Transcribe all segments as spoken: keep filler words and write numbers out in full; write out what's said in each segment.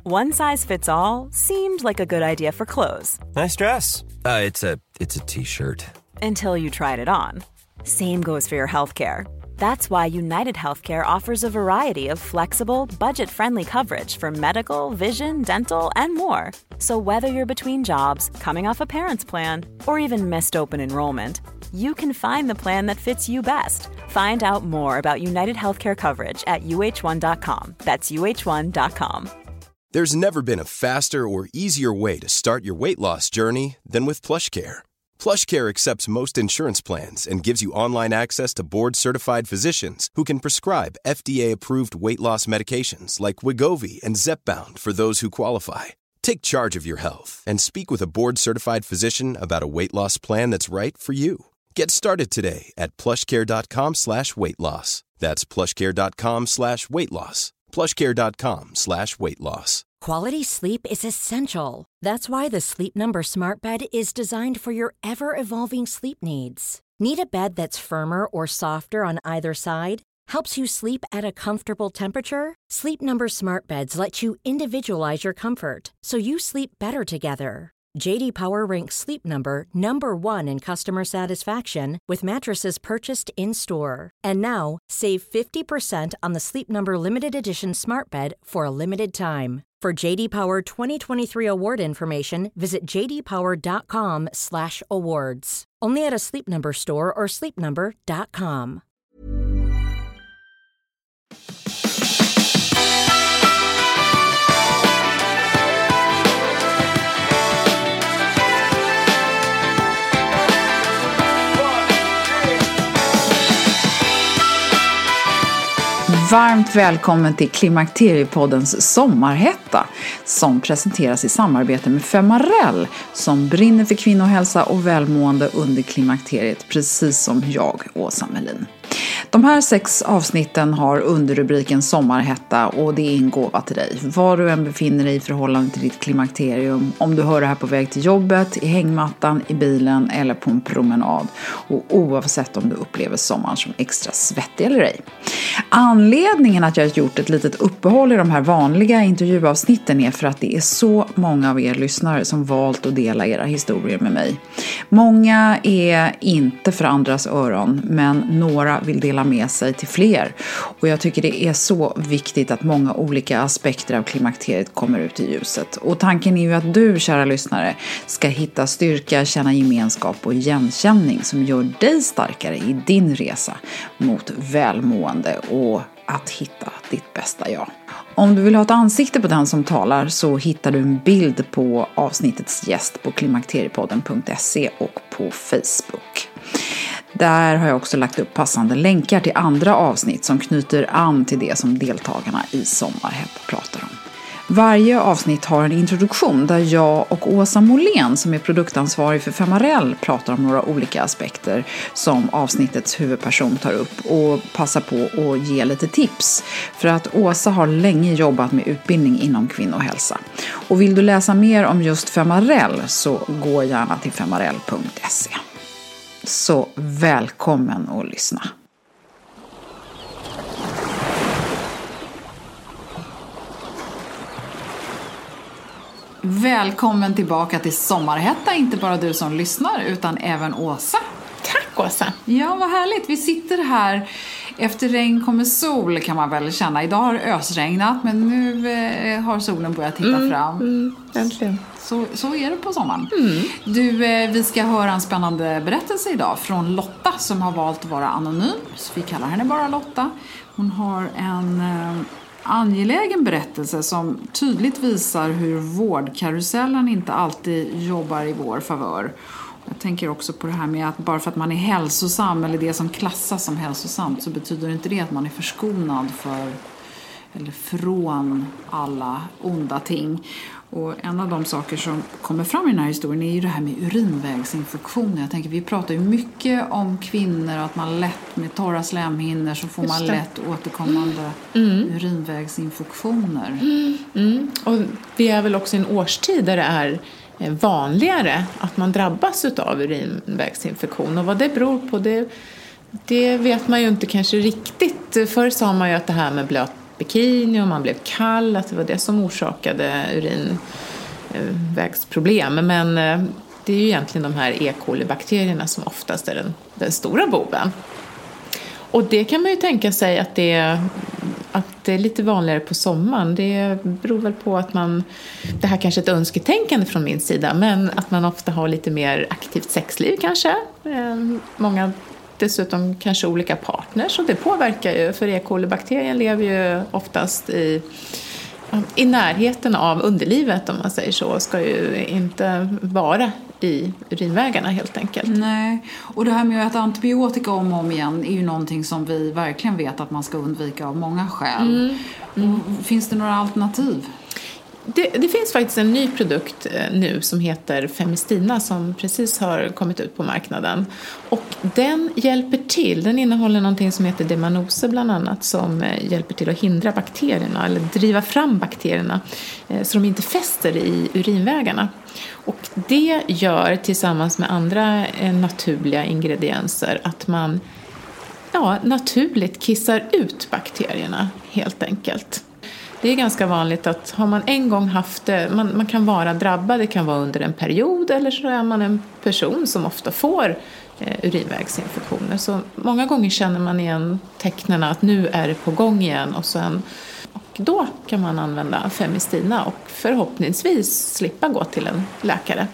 One size fits all seemed like a good idea for clothes. Nice dress. Uh, it's a it's a t-shirt. Until you tried it on. Same goes for your healthcare. That's why United Healthcare offers a variety of flexible, budget-friendly coverage for medical, vision, dental, and more. So whether you're between jobs, coming off a parent's plan, or even missed open enrollment, you can find the plan that fits you best. Find out more about United Healthcare coverage at U H one dot com. That's U H one dot com. There's never been a faster or easier way to start your weight loss journey than with PlushCare. PlushCare accepts most insurance plans and gives you online access to board-certified physicians who can prescribe F D A-approved weight loss medications like Wegovy and Zepbound for those who qualify. Take charge of your health and speak with a board-certified physician about a weight loss plan that's right for you. Get started today at plushcare.com slash weight loss. That's plushcare.com slash weight loss. plushcare.com slash weight loss. Quality sleep is essential. That's why the Sleep Number Smart Bed is designed for your ever-evolving sleep needs. Need a bed that's firmer or softer on either side? Helps you sleep at a comfortable temperature? Sleep Number Smart Beds let you individualize your comfort so you sleep better together. J D Power ranks Sleep Number number one in customer satisfaction with mattresses purchased in-store. And now, save fifty percent on the Sleep Number Limited Edition Smart Bed for a limited time. For J D Power twenty twenty-three award information, visit j d power dot com slash awards. Only at a Sleep Number store or sleep number dot com. Varmt välkommen till Klimakteriepoddens sommarhetta som presenteras i samarbete med Femarel som brinner för kvinnohälsa och välmående under klimakteriet, precis som jag, Åsa Melin. De här sex avsnitten har underrubriken sommarhetta och det är en gåva till dig. Var du än befinner dig i förhållande till ditt klimakterium, om du hör det här på väg till jobbet, i hängmattan, i bilen eller på en promenad. Och oavsett om du upplever sommaren som extra svettig eller ej. Anledningen att jag har gjort ett litet uppehåll i de här vanliga intervjuavsnitten är för att det är så många av er lyssnare som valt att dela era historier med mig. Många är inte för andras öron, men några vill dela med sig till fler. Och jag tycker det är så viktigt att många olika aspekter av klimakteriet kommer ut i ljuset. Och tanken är ju att du, kära lyssnare, ska hitta styrka, känna gemenskap och igenkänning som gör dig starkare i din resa mot välmående och att hitta ditt bästa jag. Om du vill ha ett ansikte på den som talar så hittar du en bild på avsnittets gäst på klimakteriepodden punkt se och på Facebook. Där har jag också lagt upp passande länkar till andra avsnitt som knyter an till det som deltagarna i Sommarhetta pratar om. Varje avsnitt har en introduktion där jag och Åsa Molén, som är produktansvarig för Femarel, pratar om några olika aspekter som avsnittets huvudperson tar upp och passar på att ge lite tips. För att Åsa har länge jobbat med utbildning inom kvinnohälsa. Och vill du läsa mer om just Femarel så gå gärna till femarel punkt se. Så välkommen att lyssna. Välkommen tillbaka till Sommarhetta, inte bara du som lyssnar utan även Åsa. Tack Åsa. Ja, vad härligt. Vi sitter här. Efter regn kommer sol kan man väl känna. Idag har det ösregnat men nu eh, har solen börjat titta mm, fram. Mm, äntligen. Så, så är det på sommaren. Mm. Du, eh, vi ska höra en spännande berättelse idag från Lotta som har valt att vara anonym. Så vi kallar henne bara Lotta. Hon har en eh, angelägen berättelse som tydligt visar hur vårdkarusellen inte alltid jobbar i vår favör. Jag tänker också på det här med att bara för att man är hälsosam eller det som klassas som hälsosamt så betyder inte det att man är förskonad för eller från alla onda ting. Och en av de saker som kommer fram i den här historien är ju det här med urinvägsinfektioner. Jag tänker, vi pratar ju mycket om kvinnor och att man lätt med torra slemhinnor så får man lätt återkommande mm. urinvägsinfektioner. Mm. Mm. Och vi är väl också i en årstid där det är vanligare att man drabbas av urinvägsinfektion. Och vad det beror på, det, det vet man ju inte kanske riktigt. Förr sa man ju att det här med blöt bikini och man blev kall, att det var det som orsakade urinvägsproblem. Men det är ju egentligen de här E. coli-bakterierna som oftast är den, den stora boven. Och det kan man ju tänka sig att det, att det är lite vanligare på sommaren. Det beror väl på att man, det här kanske är ett önsketänkande från min sida, men att man ofta har lite mer aktivt sexliv kanske. Många dessutom kanske olika partners, och det påverkar ju, för E. coli-bakterien lever ju oftast i, i närheten av underlivet, om man säger så, ska ju inte vara i urinvägarna helt enkelt. Nej, och det här med att äta antibiotika om och om igen är ju någonting som vi verkligen vet att man ska undvika av många skäl. Mm. Mm. Finns det några alternativ? Det, det finns faktiskt en ny produkt nu som heter Femistina som precis har kommit ut på marknaden. Och den hjälper till, den innehåller någonting som heter Demanose bland annat, som hjälper till att hindra bakterierna eller driva fram bakterierna så de inte fäster i urinvägarna. Och det gör tillsammans med andra naturliga ingredienser att man ja, naturligt kissar ut bakterierna helt enkelt. Det är ganska vanligt att har man en gång haft det, man, man kan vara drabbad, det kan vara under en period, eller så är man en person som ofta får eh, urinvägsinfektioner. Så många gånger känner man igen tecknen att nu är det på gång igen, och, sen, och då kan man använda Femistina och förhoppningsvis slippa gå till en läkare.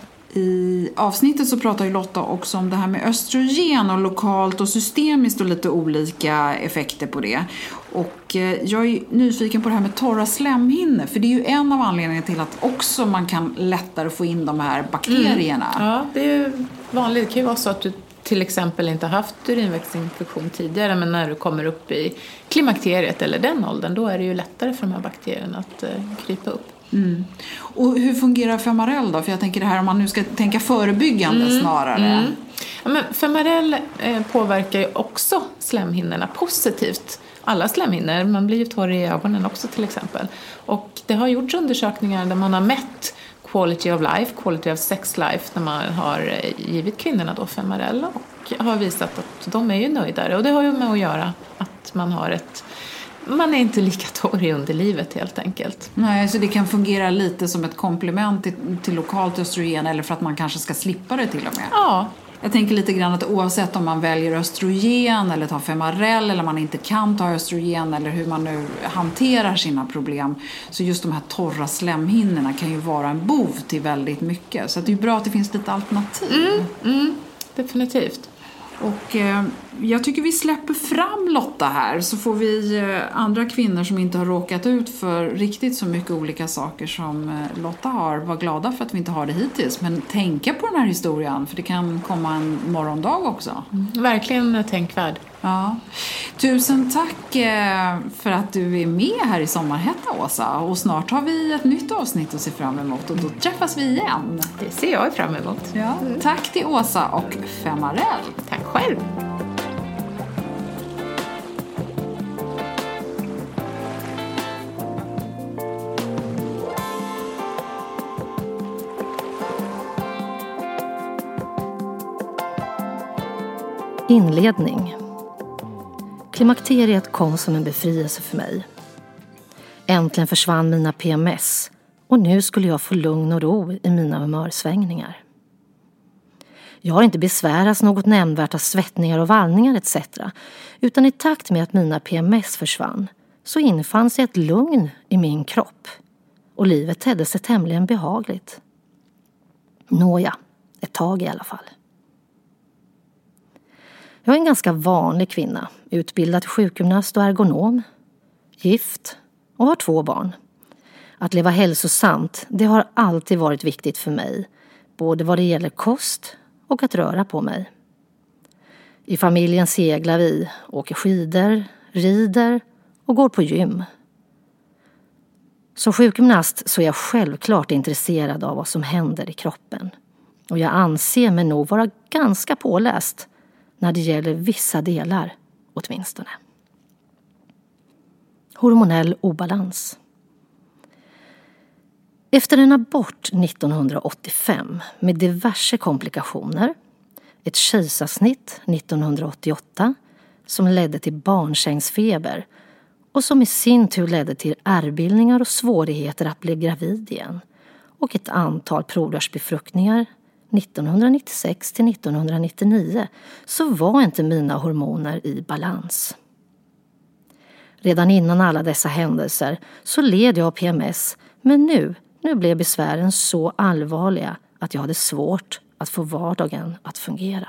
I avsnittet så pratar ju Lotta också om det här med östrogen och lokalt och systemiskt och lite olika effekter på det. Och jag är nyfiken på det här med torra slemhinnor, för det är ju en av anledningarna till att också man kan lättare få in de här bakterierna. Mm. Ja, det är ju vanligt. Det kan ju vara så att du till exempel inte haft urinvägsinfektion tidigare, men när du kommer upp i klimakteriet eller den åldern, då är det ju lättare för de här bakterierna att uh, krypa upp. Mm. Och hur fungerar Femarel då? För jag tänker det här om man nu ska tänka förebyggande mm. snarare. Mm. Ja, men Femarel eh, påverkar ju också slemhinnorna positivt. Alla slemhinnor, man blir ju torr i ögonen också till exempel. Och det har gjorts undersökningar där man har mätt quality of life, quality of sex life, när man har givit kvinnorna då Femarel, och har visat att de är ju nöjdare. Och det har ju med att göra att man har ett Man är inte lika torr i underlivet helt enkelt. Nej, så det kan fungera lite som ett komplement till, till lokalt östrogen, eller för att man kanske ska slippa det till och med. Ja. Jag tänker lite grann att oavsett om man väljer östrogen eller tar Femarel, eller man inte kan ta östrogen, eller hur man nu hanterar sina problem, så just de här torra slemhinnorna kan ju vara en bov till väldigt mycket. Så det är ju bra att det finns lite alternativ. Mm, mm, definitivt. Och eh, jag tycker vi släpper fram Lotta här, så får vi eh, andra kvinnor som inte har råkat ut för riktigt så mycket olika saker som eh, Lotta har, var glada för att vi inte har det hittills. Men tänka på den här historien, för det kan komma en morgondag också. Mm, verkligen tänkvärd. Ja. Tusen tack eh, för att du är med här i Sommarhetta, Åsa. Och snart har vi ett nytt avsnitt att se fram emot, och då träffas vi igen. Det ser jag fram emot. Ja. Mm. Tack till Åsa och Femarel. Tack själv. Inledning. Klimakteriet kom som en befrielse för mig. Äntligen försvann mina P M S, och nu skulle jag få lugn och ro i mina humörsvängningar. Jag har inte besvärats något nämnvärt av svettningar och vallningar et cetera, utan i takt med att mina P M S försvann så infann sig ett lugn i min kropp, och livet tedde sig tämligen behagligt. Nåja, ett tag i alla fall. Jag är en ganska vanlig kvinna, utbildad sjukgymnast och ergonom, gift och har två barn. Att leva hälsosamt, det har alltid varit viktigt för mig, både vad det gäller kost och att röra på mig. I familjen seglar vi, åker skidor, rider och går på gym. Som sjukgymnast så är jag självklart intresserad av vad som händer i kroppen. Och jag anser mig nog vara ganska påläst när det gäller vissa delar åtminstone. Hormonell obalans. Efter en abort nittonhundraåttiofem med diverse komplikationer, ett kejsarsnitt nittonhundraåttioåtta som ledde till barnsängsfeber och som i sin tur ledde till ärrbildningar och svårigheter att bli gravid igen och ett antal provrörsbefruktningar nittonhundranittiosex till nittonhundranittionio så var inte mina hormoner i balans. Redan innan alla dessa händelser så led jag av P M S, men nu, nu blev besvären så allvarliga att jag hade svårt att få vardagen att fungera.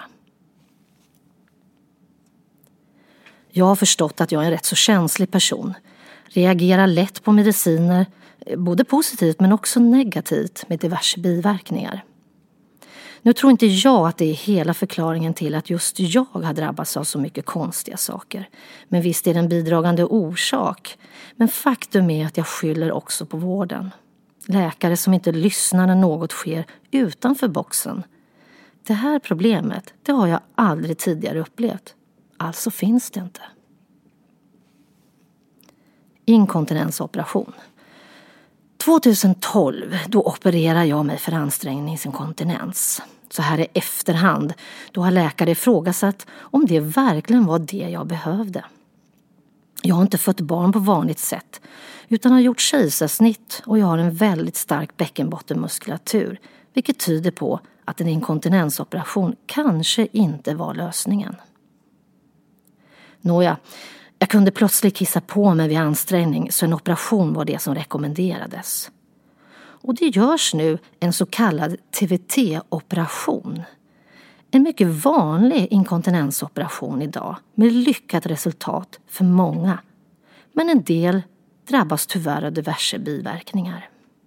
Jag har förstått att jag är en rätt så känslig person. Reagerar lätt på mediciner, både positivt men också negativt med diverse biverkningar. Nu tror inte jag att det är hela förklaringen till att just jag har drabbats av så mycket konstiga saker. Men visst är det en bidragande orsak. Men faktum är att jag skyller också på vården. Läkare som inte lyssnar när något sker utanför boxen. Det här problemet, det har jag aldrig tidigare upplevt. Alltså finns det inte. Inkontinensoperation. tjugohundratolv, då opererar jag mig för ansträngningsinkontinens. Så här i efterhand, då har läkare ifrågasatt om det verkligen var det jag behövde. Jag har inte fött barn på vanligt sätt, utan har gjort kejsarsnitt och jag har en väldigt stark bäckenbottenmuskulatur, vilket tyder på att en inkontinensoperation kanske inte var lösningen. Nåja, jag kunde plötsligt kissa på mig vid ansträngning så en operation var det som rekommenderades. Och det görs nu en så kallad T V T-operation. En mycket vanlig inkontinensoperation idag med lyckat resultat för många. Men en del drabbas tyvärr av diverse biverkningar.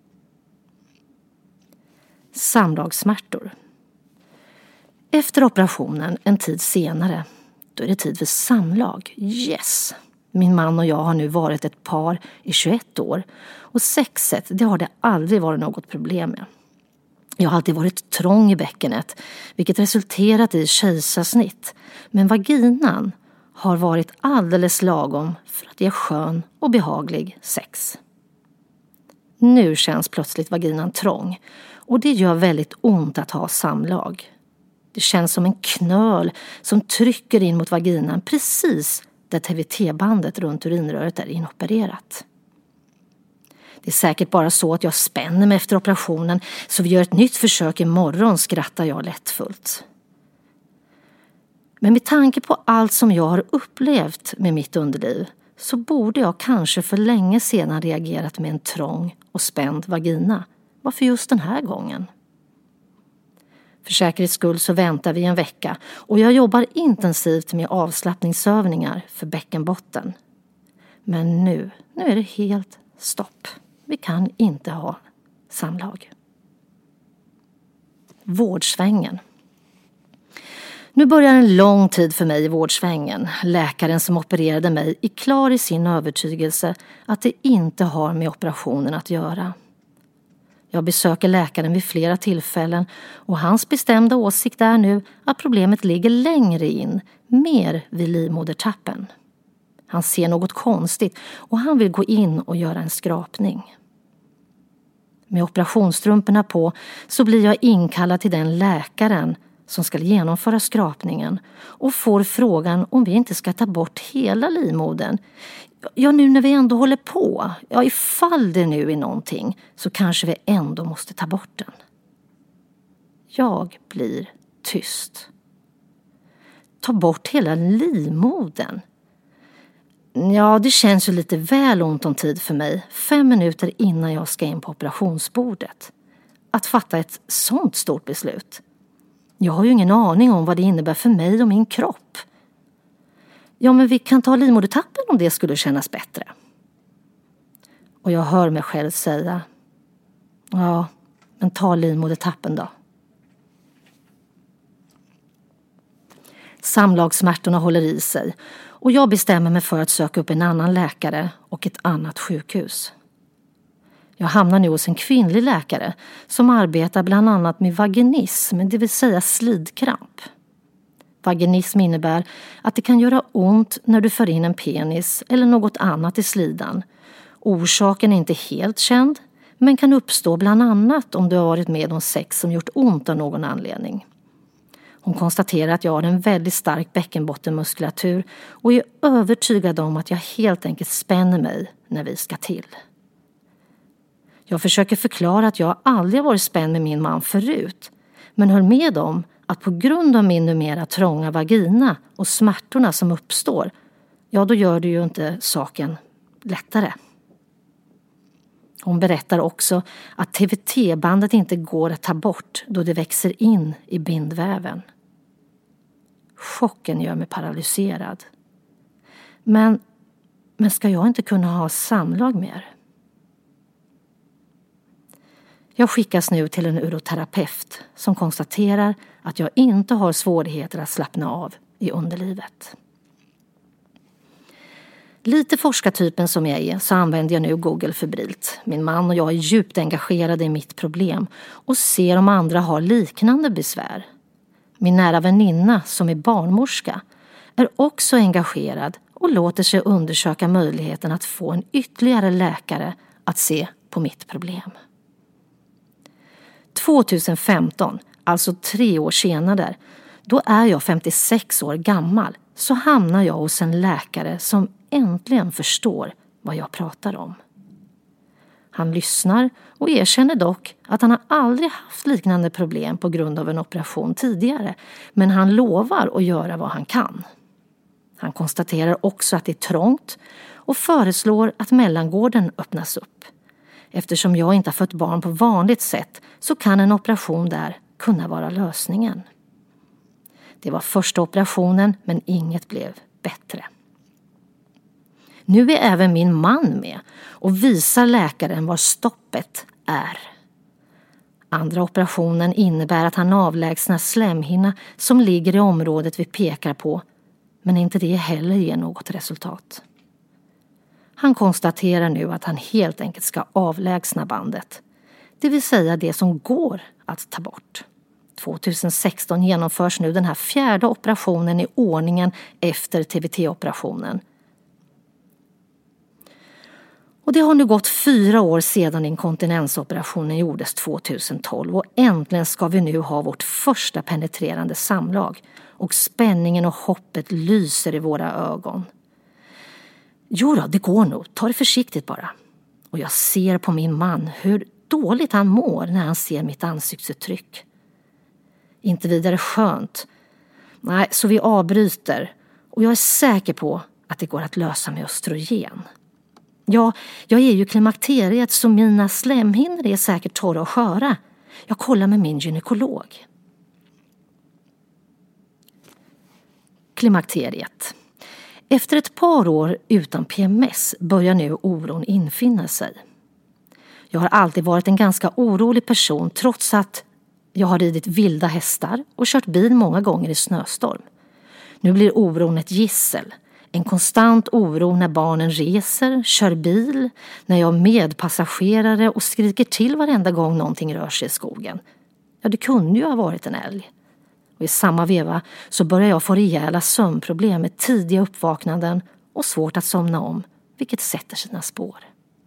Samlagssmärtor. Efter operationen en tid senare, då är det tid för samlag. Yes! Min man och jag har nu varit ett par i tjugoett år och sexet, det har det aldrig varit något problem med. Jag har alltid varit trång i bäckenet, vilket resulterat i kejsarsnitt. Men vaginan har varit alldeles lagom för att ge skön och behaglig sex. Nu känns plötsligt vaginan trång och det gör väldigt ont att ha samlag. Det känns som en knöl som trycker in mot vaginan precis där T V T-bandet runt urinröret är inopererat. Det är säkert bara så att jag spänner mig efter operationen, så vi gör ett nytt försök imorgon, skrattar jag lättfullt. Men med tanke på allt som jag har upplevt med mitt underliv så borde jag kanske för länge sedan reagerat med en trång och spänd vagina. Varför just den här gången? För säkerhets skull så väntar vi en vecka och jag jobbar intensivt med avslappningsövningar för bäckenbotten. Men nu, nu är det helt stopp. Vi kan inte ha samlag. Vårdsvängen. Nu börjar en lång tid för mig i vårdsvängen. Läkaren som opererade mig är klar i sin övertygelse att det inte har med operationen att göra. Jag besöker läkaren vid flera tillfällen och hans bestämda åsikt är nu att problemet ligger längre in, mer vid livmodertappen. Han ser något konstigt och han vill gå in och göra en skrapning. Med operationsstrumporna på så blir jag inkallad till den läkaren som ska genomföra skrapningen och får frågan om vi inte ska ta bort hela livmodern. Ja, nu när vi ändå håller på, ja, ifall det nu är någonting så kanske vi ändå måste ta bort den. Jag blir tyst. Ta bort hela livmodern. Ja, det känns ju lite väl ont om tid för mig, fem minuter innan jag ska in på operationsbordet. Att fatta ett sånt stort beslut. Jag har ju ingen aning om vad det innebär för mig och min kropp. Ja, men vi kan ta livmodertappen om det skulle kännas bättre. Och jag hör mig själv säga, ja, men ta livmodertappen då. Samlagssmärtorna håller i sig och jag bestämmer mig för att söka upp en annan läkare och ett annat sjukhus. Jag hamnar nu hos en kvinnlig läkare som arbetar bland annat med vaginism, det vill säga slidkramp. Vaginism innebär att det kan göra ont när du för in en penis eller något annat i slidan. Orsaken är inte helt känd, men kan uppstå bland annat om du har varit med om sex som gjort ont av någon anledning. Hon konstaterar att jag har en väldigt stark bäckenbottenmuskulatur och är övertygad om att jag helt enkelt spänner mig när vi ska till. Jag försöker förklara att jag aldrig varit spänd med min man förut, men höll med om att på grund av min numera trånga vagina och smärtorna som uppstår, ja då gör det ju inte saken lättare. Hon berättar också att T V T-bandet inte går att ta bort då det växer in i bindväven. Chocken gör mig paralyserad. Men, men ska jag inte kunna ha samlag mer? Jag skickas nu till en uroterapeut som konstaterar att jag inte har svårigheter att slappna av i underlivet. Lite forskartypen som jag är så använder jag nu Google febrilt. Min man och jag är djupt engagerade i mitt problem och ser om andra har liknande besvär. Min nära väninna som är barnmorska är också engagerad och låter sig undersöka möjligheten att få en ytterligare läkare att se på mitt problem. tjugohundrafemton, alltså tre år senare, då är jag femtiosex år gammal, så hamnar jag hos en läkare som äntligen förstår vad jag pratar om. Han lyssnar och erkänner dock att han har aldrig haft liknande problem på grund av en operation tidigare, men han lovar att göra vad han kan. Han konstaterar också att det är trångt och föreslår att mellangården öppnas upp. Eftersom jag inte har fött barn på vanligt sätt så kan en operation där kunna vara lösningen. Det var första operationen, men inget blev bättre. Nu är även min man med och visar läkaren var stoppet är. Andra operationen innebär att han avlägsnar slemhinna som ligger i området vi pekar på, men inte det heller ger något resultat. Han konstaterar nu att han helt enkelt ska avlägsna bandet, det vill säga det som går att ta bort. tjugohundrasexton genomförs nu den här fjärde operationen i ordningen efter T V T-operationen. Och det har nu gått fyra år sedan inkontinensoperationen gjordes tjugotolv och äntligen ska vi nu ha vårt första penetrerande samlag och spänningen och hoppet lyser i våra ögon. Jo då, det går nog. Ta det försiktigt bara. Och jag ser på min man hur dåligt han mår när han ser mitt ansiktsuttryck. Inte vidare skönt. Nej, så vi avbryter. Och jag är säker på att det går att lösa med östrogen. Ja, jag är ju klimakteriet så mina slemhinnor är säkert torra och sköra. Jag kollar med min gynekolog. Klimakteriet. Efter ett par år utan P M S börjar nu oron infinna sig. Jag har alltid varit en ganska orolig person trots att jag har ridit vilda hästar och kört bil många gånger i snöstorm. Nu blir oron ett gissel. En konstant oro när barnen reser, kör bil, när jag är medpassagerare och skriker till varenda gång någonting rör sig i skogen. Ja, det kunde ju ha varit en älg. Och i samma veva så börjar jag få rejäla sömnproblem med tidiga uppvaknanden och svårt att somna om, vilket sätter sina spår.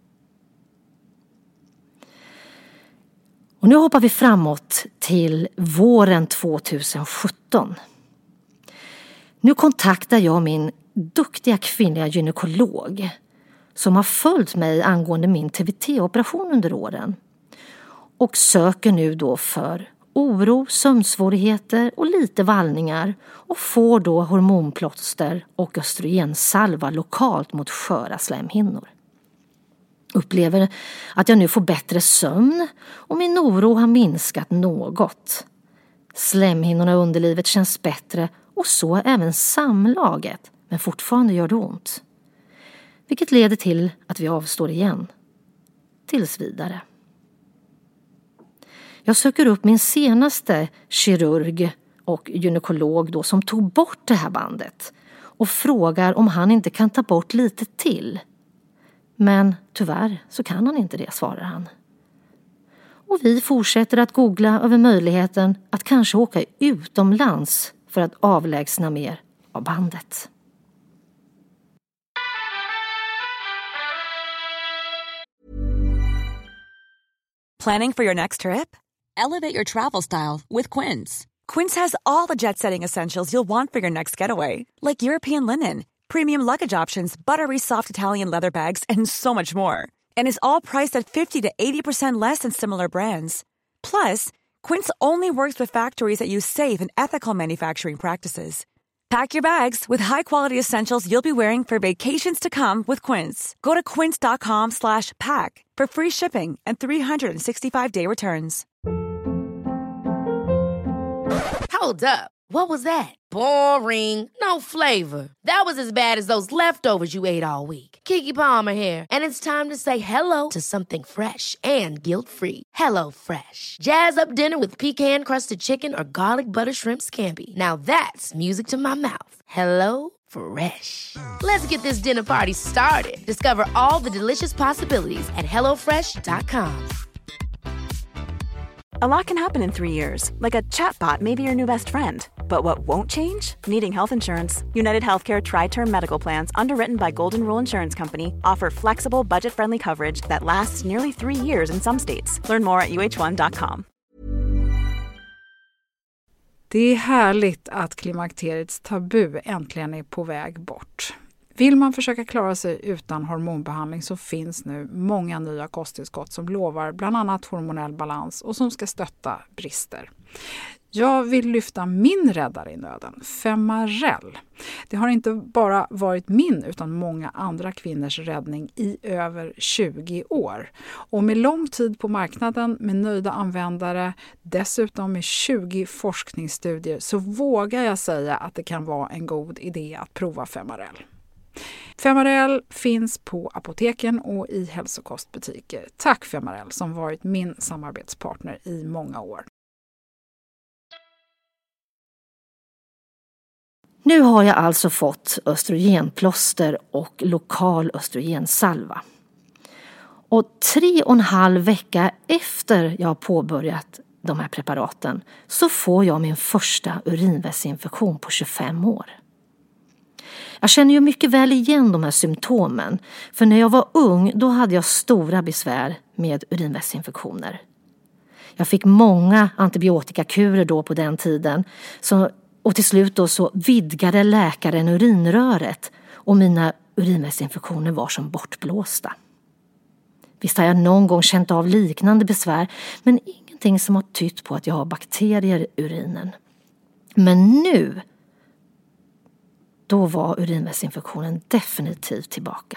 Och nu hoppar vi framåt till våren tjugosjutton. Nu kontaktar jag min duktiga kvinnliga gynekolog som har följt mig angående min T V T-operation under åren och söker nu då för oro, sömnsvårigheter och lite vallningar och får då hormonplåster och östrogensalva lokalt mot sköra slemhinnor. Upplever att jag nu får bättre sömn och min oro har minskat något. Slemhinnorna i underlivet känns bättre och så även samlaget, men fortfarande gör det ont. Vilket leder till att vi avstår igen. Tills vidare. Jag söker upp min senaste kirurg och gynekolog då som tog bort det här bandet och frågar om han inte kan ta bort lite till. Men tyvärr så kan han inte det, svarar han. Och vi fortsätter att googla över möjligheten att kanske åka utomlands för att avlägsna mer av bandet. Planning for your next trip? Elevate your travel style with Quince. Quince has all the jet-setting essentials you'll want for your next getaway, like European linen, premium luggage options, buttery soft Italian leather bags, and so much more. And is all priced at fifty to eighty percent less than similar brands. Plus, Quince only works with factories that use safe and ethical manufacturing practices. Pack your bags with high-quality essentials you'll be wearing for vacations to come with Quince. Go to quince.com slash pack for free shipping and three sixty-five day returns. Hold up. What was that? Boring. No flavor. That was as bad as those leftovers you ate all week. Keke Palmer here, and it's time to say hello to something fresh and guilt-free. Hello Fresh. Jazz up dinner with pecan-crusted chicken or garlic butter shrimp scampi. Now that's music to my mouth. Hello Fresh. Let's get this dinner party started. Discover all the delicious possibilities at hello fresh dot com. A lot can happen in three years, like a chatbot may be your new best friend. But what won't change? Needing health insurance. United Healthcare Tri-Term Medical Plans, underwritten by Golden Rule Insurance Company, offer flexible, budget-friendly coverage that lasts nearly three years in some states. Learn more at u h one dot com. Det är härligt att klimakteriets tabu äntligen är på väg bort. Vill man försöka klara sig utan hormonbehandling så finns nu många nya kosttillskott som lovar bland annat hormonell balans och som ska stötta brister. Jag vill lyfta min räddare i nöden, Femarel. Det har inte bara varit min utan många andra kvinnors räddning i över tjugo år. Och med lång tid på marknaden, med nöjda användare, dessutom med tjugo forskningsstudier, så vågar jag säga att det kan vara en god idé att prova Femarel. Femarel finns på apoteken och i hälsokostbutiker. Tack Femarel som varit min samarbetspartner i många år. Nu har jag alltså fått östrogenplåster och lokal östrogensalva. Och tre och en halv vecka efter jag har påbörjat de här preparaten så får jag min första urinvägsinfektion på tjugofem år. Jag känner ju mycket väl igen de här symptomen, för när jag var ung då hade jag stora besvär med urinvägsinfektioner. Jag fick många antibiotikakurer då på den tiden, så, och till slut då så vidgade läkaren urinröret och mina urinvägsinfektioner var som bortblåsta. Visst har jag någon gång känt av liknande besvär, men ingenting som har tytt på att jag har bakterier i urinen. Men nu, då var urinvägsinfektionen definitivt tillbaka.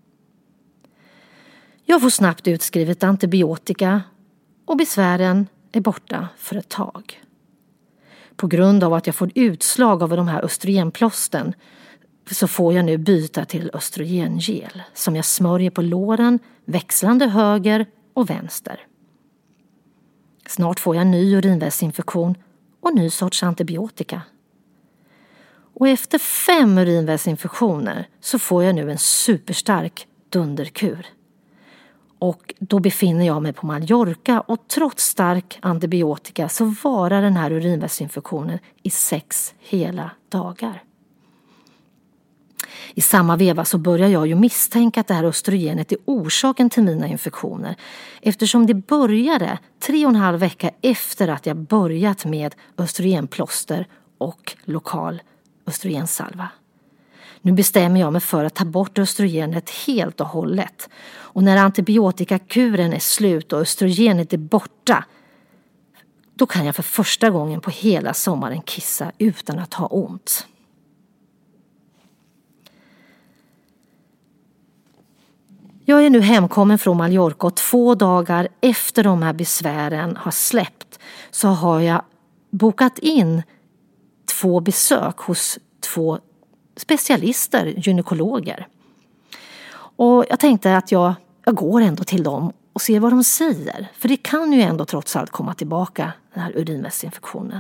Jag får snabbt utskrivet antibiotika och besvären är borta för ett tag. På grund av att jag får utslag av de här östrogenplåsten så får jag nu byta till östrogengel som jag smörjer på låren, växlande höger och vänster. Snart får jag en ny urinvägsinfektion och ny sorts antibiotika. Och efter fem urinvägsinfektioner så får jag nu en superstark dunderkur. Och då befinner jag mig på Mallorca och trots stark antibiotika så varar den här urinvägsinfektionen i sex hela dagar. I samma veva så börjar jag ju misstänka att det här östrogenet är orsaken till mina infektioner, eftersom det började tre och en halv vecka efter att jag börjat med östrogenplåster och lokal östrogensalva. Nu bestämmer jag mig för att ta bort östrogenet helt och hållet. Och när antibiotikakuren är slut och östrogenet är borta, då kan jag för första gången på hela sommaren kissa utan att ha ont. Jag är nu hemkommen från Mallorca och två dagar efter de här besvären har släppt så har jag bokat in två besök hos två specialister, gynekologer. Och jag tänkte att jag, jag går ändå till dem och ser vad de säger. För det kan ju ändå trots allt komma tillbaka, den här urinvägsinfektionen.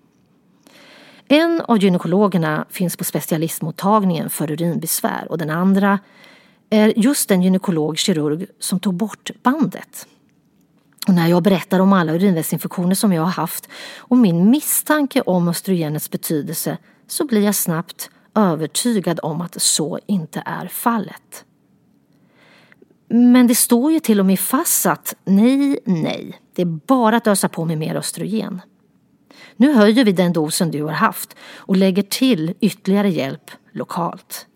En av gynekologerna finns på specialistmottagningen för urinbesvär och den andra är just den gynekolog-kirurg som tog bort bandet. Och när jag berättar om alla urinvägsinfektioner som jag har haft och min misstanke om östrogenets betydelse så blir jag snabbt övertygad om att så inte är fallet. Men det står ju till och med fast att nej, nej, det är bara att ösa på med mer östrogen. Nu höjer vi den dosen du har haft och lägger till ytterligare hjälp lokalt.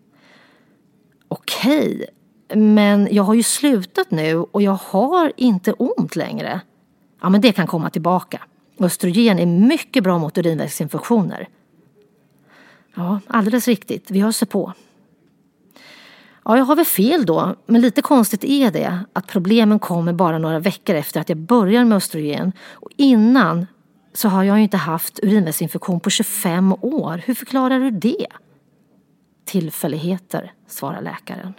Okej, men jag har ju slutat nu och jag har inte ont längre. Ja, men det kan komma tillbaka. Östrogen är mycket bra mot urinvägsinfektioner. Ja, alldeles riktigt. Vi hörs på. Ja, jag har väl fel då, men lite konstigt är det att problemen kommer bara några veckor efter att jag börjar med östrogen. Och innan så har jag ju inte haft urinvägsinfektion på tjugofem år. Hur förklarar du det? Tillfälligheter, svarar läkaren.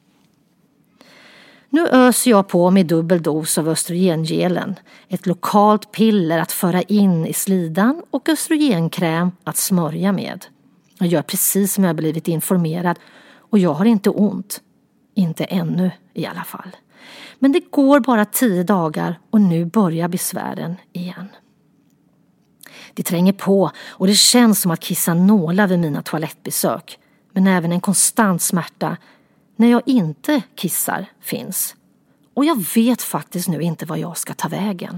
Nu öser jag på med dubbel dos av östrogengelen, ett lokalt piller att föra in i slidan och östrogenkräm att smörja med. Jag gör precis som jag blivit informerad och jag har inte ont. Inte ännu i alla fall. Men det går bara tio dagar och nu börjar besvären igen. Det tränger på och det känns som att kissa nålar vid mina toalettbesök. Men även en konstant smärta när jag inte kissar finns. Och jag vet faktiskt nu inte vad jag ska ta vägen.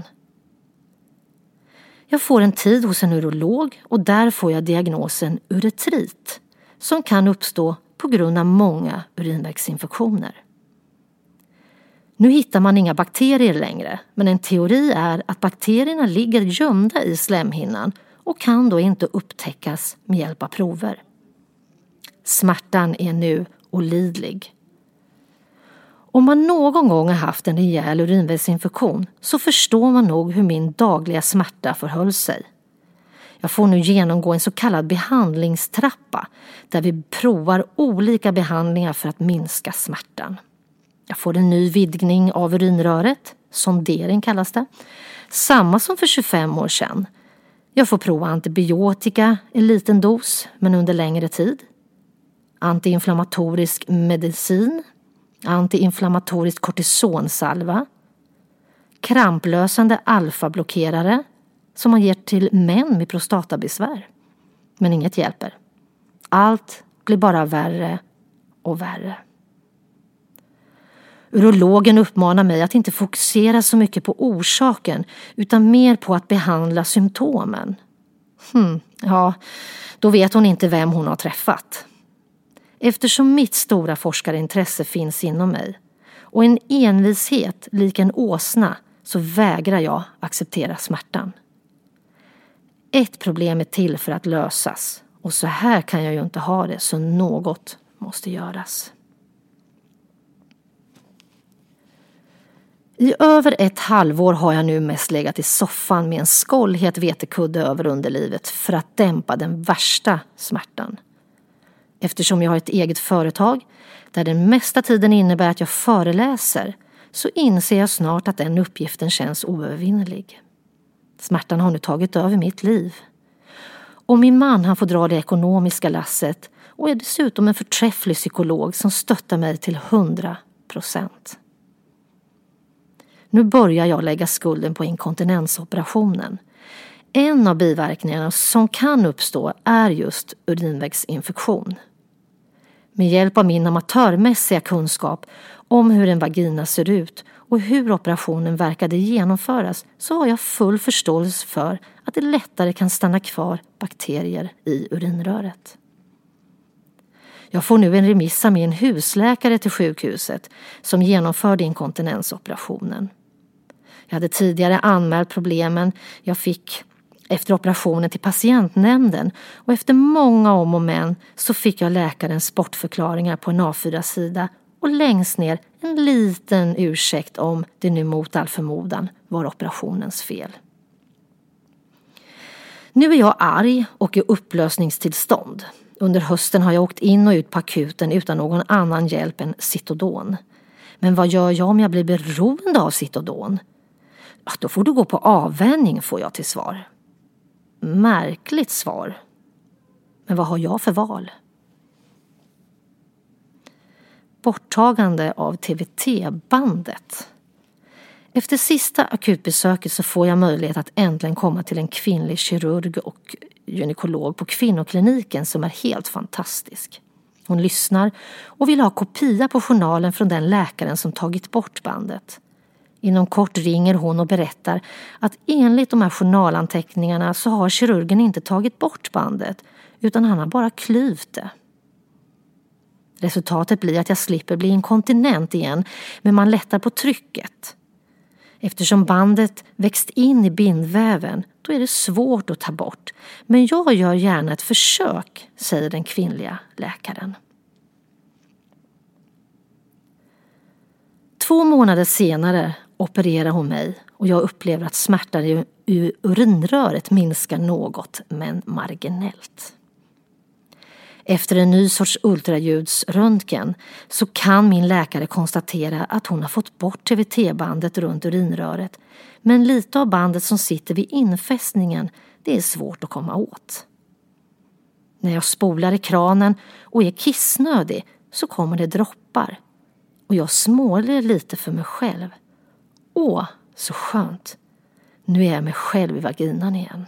Jag får en tid hos en urolog och där får jag diagnosen uretrit som kan uppstå på grund av många urinvägsinfektioner. Nu hittar man inga bakterier längre, men en teori är att bakterierna ligger gömda i slemhinnan och kan då inte upptäckas med hjälp av prover. Smärtan är nu olidlig. Om man någon gång har haft en rejäl urinvägsinfektion så förstår man nog hur min dagliga smärta förhöll sig. Jag får nu genomgå en så kallad behandlingstrappa där vi provar olika behandlingar för att minska smärtan. Jag får en ny vidgning av urinröret, sondering kallas det, samma som för tjugofem år sedan. Jag får prova antibiotika i liten dos men under längre tid. Antiinflammatorisk medicin, antiinflammatorisk kortisonsalva, kramplösande alfablockerare som man ger till män med prostatabesvär. Men inget hjälper. Allt blir bara värre och värre. Urologen uppmanar mig att inte fokusera så mycket på orsaken utan mer på att behandla symptomen. Hmm, ja, då vet hon inte vem hon har träffat. Eftersom mitt stora forskarintresse finns inom mig och en envishet lik en åsna så vägrar jag acceptera smärtan. Ett problem är till för att lösas och så här kan jag ju inte ha det så något måste göras. I över ett halvår har jag nu mest legat i soffan med en skållhet vetekudde över underlivet för att dämpa den värsta smärtan. Eftersom jag har ett eget företag där den mesta tiden innebär att jag föreläser så inser jag snart att den uppgiften känns oövervinnelig. Smärtan har nu tagit över mitt liv. Och min man han får dra det ekonomiska lasset och är dessutom en förträfflig psykolog som stöttar mig till hundra procent. Nu börjar jag lägga skulden på inkontinensoperationen. En av biverkningarna som kan uppstå är just urinvägsinfektion. Med hjälp av min amatörmässiga kunskap om hur en vagina ser ut och hur operationen verkade genomföras så har jag full förståelse för att det lättare kan stanna kvar bakterier i urinröret. Jag får nu en remiss av min husläkare till sjukhuset som genomförde inkontinensoperationen. Jag hade tidigare anmält problemen jag fick efter operationen till patientnämnden och efter många om och men så fick jag läkarens bortförklaringar på en A fyra-sida och längst ner en liten ursäkt om det nu mot all förmodan var operationens fel. Nu är jag arg och i upplösningstillstånd. Under hösten har jag åkt in och ut på akuten utan någon annan hjälp än Citodon. Men vad gör jag om jag blir beroende av Citodon? Ja, då får du gå på avvänjning, får jag till svar. Märkligt svar. Men vad har jag för val? Borttagande av T V T-bandet. Efter sista akutbesöket så får jag möjlighet att äntligen komma till en kvinnlig kirurg och gynekolog på kvinnokliniken som är helt fantastisk. Hon lyssnar och vill ha kopia på journalen från den läkaren som tagit bort bandet. Inom kort ringer hon och berättar att enligt de här journalanteckningarna så har kirurgen inte tagit bort bandet utan han har bara klyvt det. Resultatet blir att jag slipper bli inkontinent igen, men man lättar på trycket. Eftersom bandet växt in i bindväven, då är det svårt att ta bort. Men jag gör gärna ett försök, säger den kvinnliga läkaren. Två månader senare opererar hon mig och jag upplever att smärtan i urinröret minskar något, men marginellt. Efter en ny sorts ultraljudsröntgen så kan min läkare konstatera att hon har fått bort T V T-bandet runt urinröret. Men lite av bandet som sitter vid infästningen, det är svårt att komma åt. När jag spolar i kranen och är kissnödig så kommer det droppar. Och jag småler lite för mig själv. Åh, så skönt. Nu är jag mig själv i vaginan igen.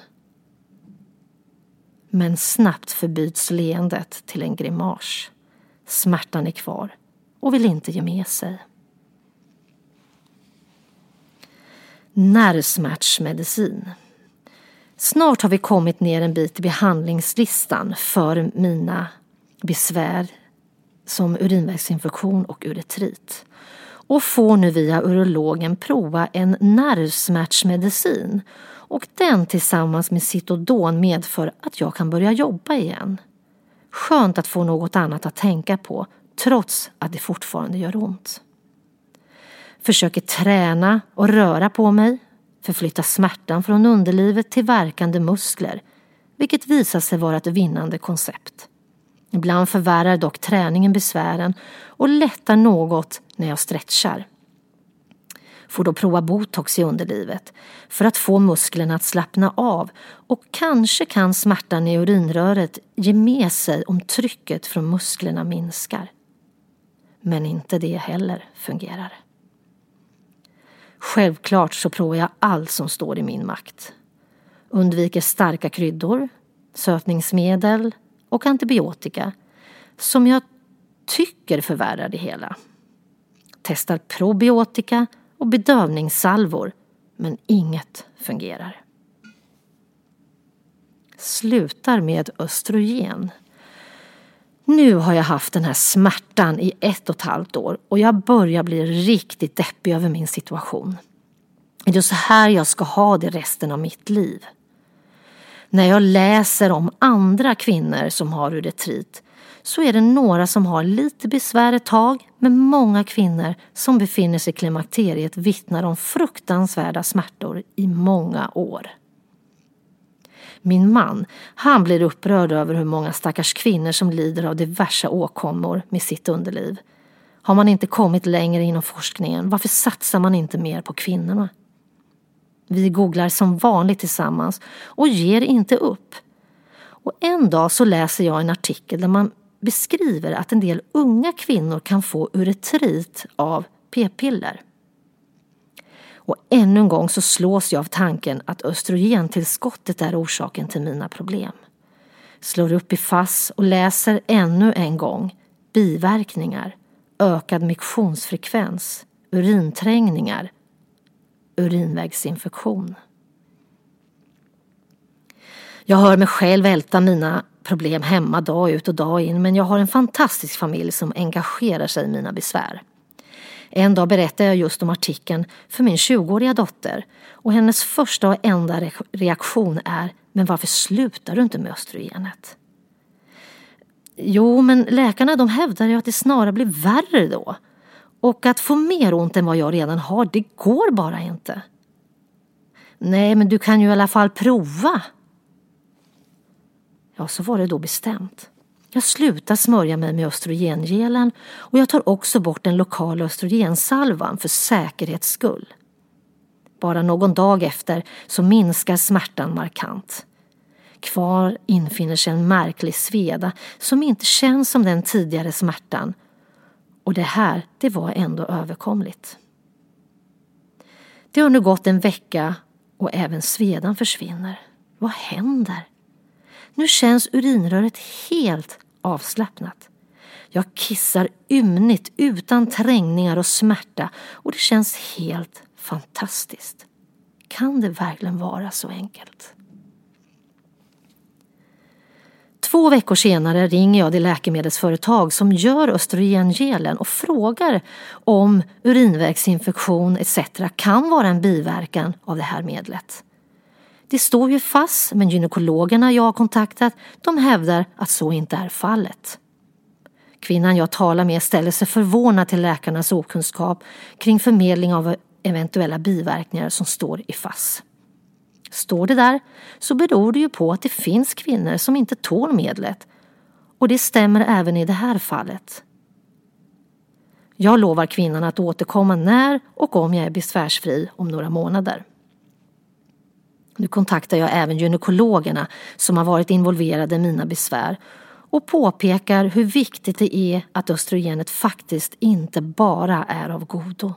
Men snabbt förbyts leendet till en grimas. Smärtan är kvar och vill inte ge med sig. Nervsmärtsmedicin. Snart har vi kommit ner en bit i behandlingslistan för mina besvär som urinvägsinfektion och uretrit. Och får nu via urologen prova en nervsmärtsmedicin. Och den tillsammans med Citodon medför att jag kan börja jobba igen. Skönt att få något annat att tänka på, trots att det fortfarande gör ont. Försöker träna och röra på mig, förflytta smärtan från underlivet till verkande muskler, vilket visar sig vara ett vinnande koncept. Ibland förvärrar dock träningen besvären och lättar något när jag stretchar. Får då prova botox i underlivet för att få musklerna att slappna av och kanske kan smärtan i urinröret ge med sig om trycket från musklerna minskar. Men inte det heller fungerar. Självklart så provar jag allt som står i min makt. Undviker starka kryddor, sötningsmedel och antibiotika som jag tycker förvärrar det hela. Testar probiotika och bedövningssalvor, men inget fungerar. Slutar med östrogen. Nu har jag haft den här smärtan i ett och ett halvt år och jag börjar bli riktigt deppig över min situation. Är det så här jag ska ha det resten av mitt liv? När jag läser om andra kvinnor som har uretrit så är det några som har lite besvär ett tag, men många kvinnor som befinner sig i klimakteriet vittnar om fruktansvärda smärtor i många år. Min man, han blir upprörd över hur många stackars kvinnor som lider av diverse åkommor med sitt underliv. Har man inte kommit längre inom forskningen, varför satsar man inte mer på kvinnorna? Vi googlar som vanligt tillsammans och ger inte upp. Och en dag så läser jag en artikel där man beskriver att en del unga kvinnor kan få uretrit av p-piller. Och ännu en gång så slås jag av tanken att östrogentillskottet är orsaken till mina problem. Slår upp i F A S och läser ännu en gång biverkningar, ökad miktionsfrekvens, urinträngningar, urinvägsinfektion. Jag hör mig själv älta mina problem hemma dag ut och dag in, men jag har en fantastisk familj som engagerar sig i mina besvär. En dag berättar jag just om artikeln för min tjugoåriga dotter och hennes första och enda reaktion är: men varför slutar du inte med östrogenet? Jo, men läkarna de hävdar ju att det snarare blir värre då. Och att få mer ont än vad jag redan har, det går bara inte. Nej, men du kan ju i alla fall prova. Ja, så var det då bestämt. Jag slutar smörja mig med östrogengelen och jag tar också bort den lokala östrogensalvan för säkerhets skull. Bara någon dag efter så minskar smärtan markant. Kvar infinner sig en märklig sveda som inte känns som den tidigare smärtan. Och det här, det var ändå överkomligt. Det har nu gått en vecka och även svedan försvinner. Vad händer? Nu känns urinröret helt avslappnat. Jag kissar ymnigt utan trängningar och smärta och det känns helt Fantastiskt. Kan det verkligen vara så enkelt? Två veckor senare ringer jag det läkemedelsföretag som gör östrogengelen och frågar om urinvägsinfektion et cetera kan vara en biverkan av det här medlet. Det står ju F A S, men gynekologerna jag har kontaktat, de hävdar att så inte är fallet. Kvinnan jag talar med ställer sig förvånad till läkarnas okunskap kring förmedling av eventuella biverkningar som står i F A S. Står det där så beror det ju på att det finns kvinnor som inte tål medlet. Och det stämmer även i det här fallet. Jag lovar kvinnan att återkomma när och om jag är besvärsfri om några månader. Nu kontaktar jag även gynekologerna som har varit involverade i mina besvär och påpekar hur viktigt det är att östrogenet faktiskt inte bara är av godo.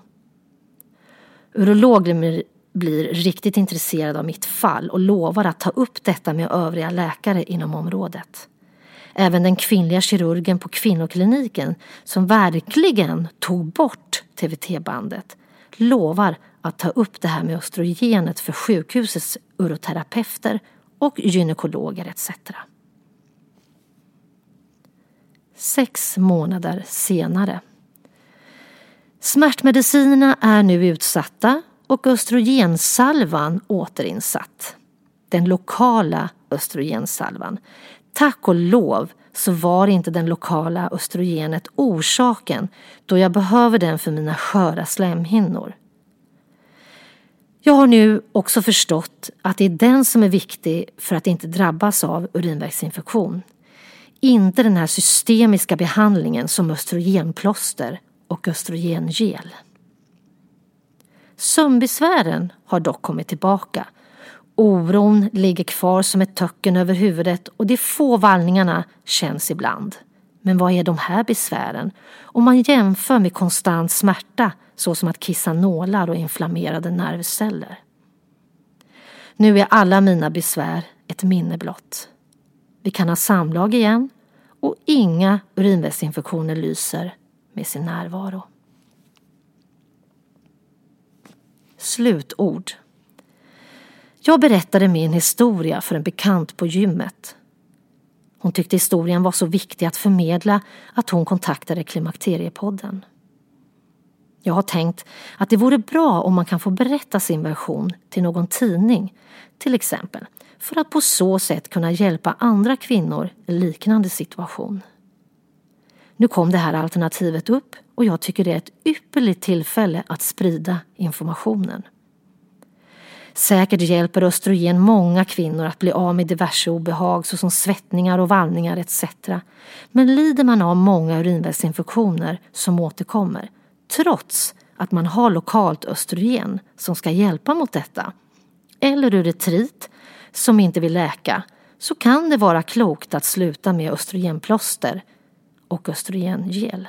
Urologen blir riktigt intresserad av mitt fall och lovar att ta upp detta med övriga läkare inom området. Även den kvinnliga kirurgen på kvinnokliniken som verkligen tog bort T V T-bandet lovar att ta upp det här med östrogenet för sjukhusets uroterapeuter och gynekologer et cetera. Sex månader senare. Smärtmedicinerna är nu utsatta och östrogensalvan återinsatt. Den lokala östrogensalvan. Tack och lov så var inte den lokala östrogenet orsaken då jag behöver den för mina sköra slemhinnor. Jag har nu också förstått att det är den som är viktig för att inte drabbas av urinvägsinfektion. Inte den här systemiska behandlingen som östrogenplåster och östrogengel. Sömnbesvären har dock kommit tillbaka. Oron ligger kvar som ett töcken över huvudet och de få vallningarna känns ibland. Men vad är de här besvären? Om man jämför med konstant smärta så som att kissa nålar och inflammerade nervceller. Nu är alla mina besvär ett minne blott. Vi kan ha samlag igen och inga urinvägsinfektioner lyser med sin närvaro. Slutord. Jag berättade min historia för en bekant på gymmet. Hon tyckte historien var så viktig att förmedla att hon kontaktade Klimakteriepodden. Jag har tänkt att det vore bra om man kan få berätta sin version till någon tidning, till exempel, för att på så sätt kunna hjälpa andra kvinnor i liknande situation. Nu kom det här alternativet upp och jag tycker det är ett ypperligt tillfälle att sprida informationen. Säkert hjälper östrogen många kvinnor att bli av med diverse obehag såsom svettningar och vallningar et cetera. Men lider man av många urinvägsinfektioner som återkommer, trots att man har lokalt östrogen som ska hjälpa mot detta, eller uretrit som inte vill läka, så kan det vara klokt att sluta med östrogenplåster och östrogengel.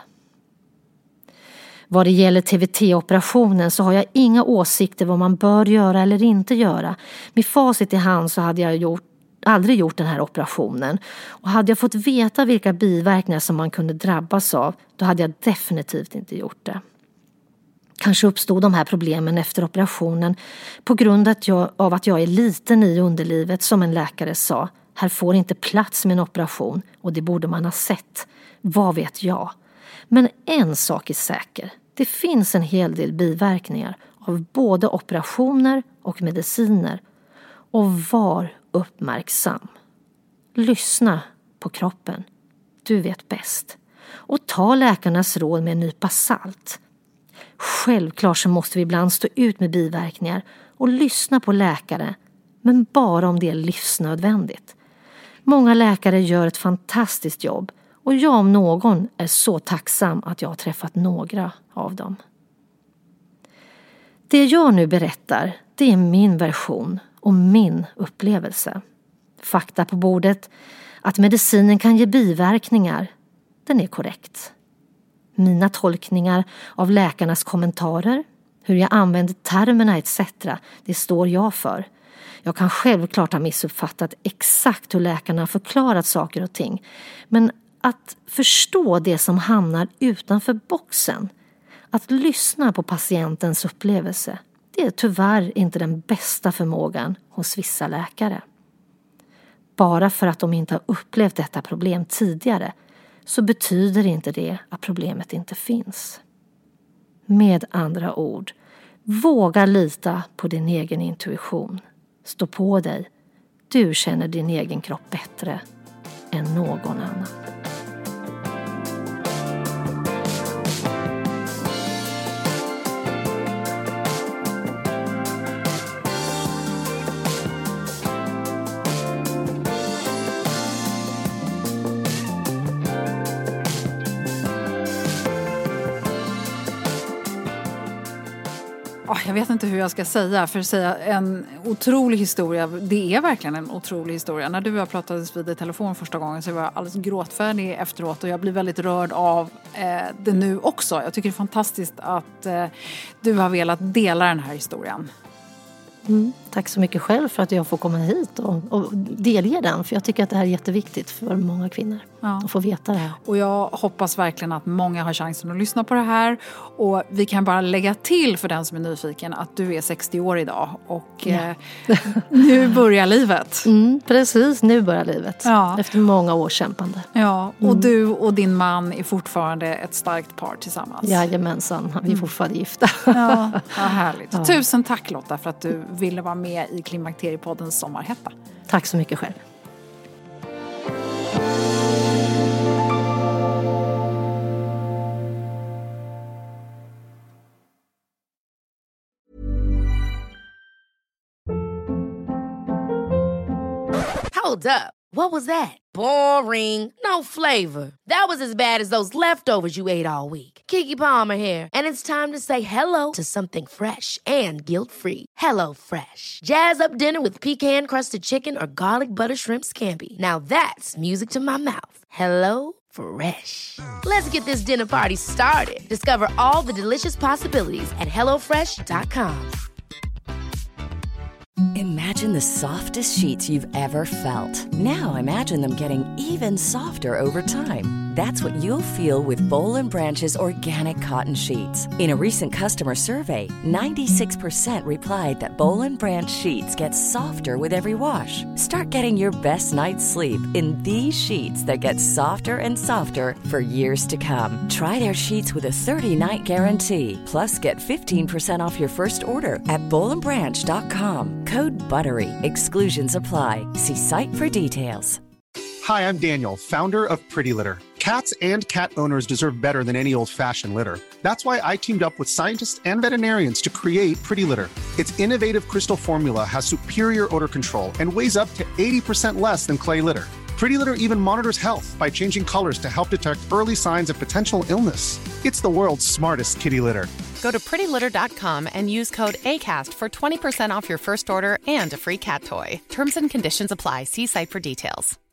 Vad det gäller T V T-operationen så har jag inga åsikter vad man bör göra eller inte göra. Med facit i hand så hade jag gjort, aldrig gjort den här operationen. Och hade jag fått veta vilka biverkningar som man kunde drabbas av, då hade jag definitivt inte gjort det. Kanske uppstod de här problemen efter operationen på grund att jag, av att jag är liten i underlivet, som en läkare sa. Här får inte plats med en operation och det borde man ha sett. Vad vet jag? Men en sak är säker. Det finns en hel del biverkningar av både operationer och mediciner. Och var uppmärksam. Lyssna på kroppen. Du vet bäst. Och ta läkarnas råd med en nypa salt. Självklart så måste vi ibland stå ut med biverkningar och lyssna på läkare, men bara om det är livsnödvändigt. Många läkare gör ett fantastiskt jobb och jag om någon är så tacksam att jag har träffat några av dem. Det jag nu berättar, det är min version och min upplevelse. Fakta på bordet, att medicinen kan ge biverkningar, den är korrekt. Mina tolkningar av läkarnas kommentarer, hur jag använder termerna et cetera, det står jag för. Jag kan självklart ha missuppfattat exakt hur läkarna har förklarat saker och ting. Men att förstå det som hamnar utanför boxen, att lyssna på patientens upplevelse, det är tyvärr inte den bästa förmågan hos vissa läkare. Bara för att de inte har upplevt detta problem tidigare så betyder inte det att problemet inte finns. Med andra ord, våga lita på din egen intuition. Stå på dig. Du känner din egen kropp bättre än någon annan. Jag vet inte hur jag ska säga, för att säga en otrolig historia. Det är verkligen en otrolig historia. När du och jag pratades vid i telefon första gången så var jag alldeles gråtfärdig efteråt. Och jag blir väldigt rörd av eh, det nu också. Jag tycker det är fantastiskt att eh, du har velat dela den här historien. Mm, tack så mycket själv för att jag får komma hit och, och delge den. För jag tycker att det här är jätteviktigt för många kvinnor ja. att få veta det här. Och jag hoppas verkligen att många har chansen att lyssna på det här. Och vi kan bara lägga till för den som är nyfiken att du är sextio år idag. Och ja. eh, nu börjar livet. Mm, precis, nu börjar livet. Ja. Efter många års kämpande. Ja, och mm. du och din man är fortfarande ett starkt par tillsammans. Jajamensan, vi är fortfarande gifta. Ja, vad härligt. Ja. Tusen tack Lotta för att du ville vara med i Klimakteriepoddens sommarhetta. Tack så mycket själv. Hold up. What was that? Boring. No flavor. That was as bad as those leftovers you ate all week. Keke Palmer here, and it's time to say hello to something fresh and guilt-free. Hello Fresh. Jazz up dinner with pecan-crusted chicken or garlic butter shrimp scampi. Now that's music to my mouth. Hello Fresh. Let's get this dinner party started. Discover all the delicious possibilities at hello fresh dot com. Imagine the softest sheets you've ever felt. Now imagine them getting even softer over time. That's what you'll feel with Boll and Branch's organic cotton sheets. In a recent customer survey, ninety-six percent replied that Boll and Branch sheets get softer with every wash. Start getting your best night's sleep in these sheets that get softer and softer for years to come. Try their sheets with a thirty-night guarantee. Plus, get fifteen percent off your first order at boll and branch dot com. Code BUTTERY. Exclusions apply. See site for details. Hi, I'm Daniel, founder of Pretty Litter. Cats and cat owners deserve better than any old-fashioned litter. That's why I teamed up with scientists and veterinarians to create Pretty Litter. Its innovative crystal formula has superior odor control and weighs up to eighty percent less than clay litter. Pretty Litter even monitors health by changing colors to help detect early signs of potential illness. It's the world's smartest kitty litter. Go to pretty litter dot com and use code ACAST for twenty percent off your first order and a free cat toy. Terms and conditions apply. See site for details.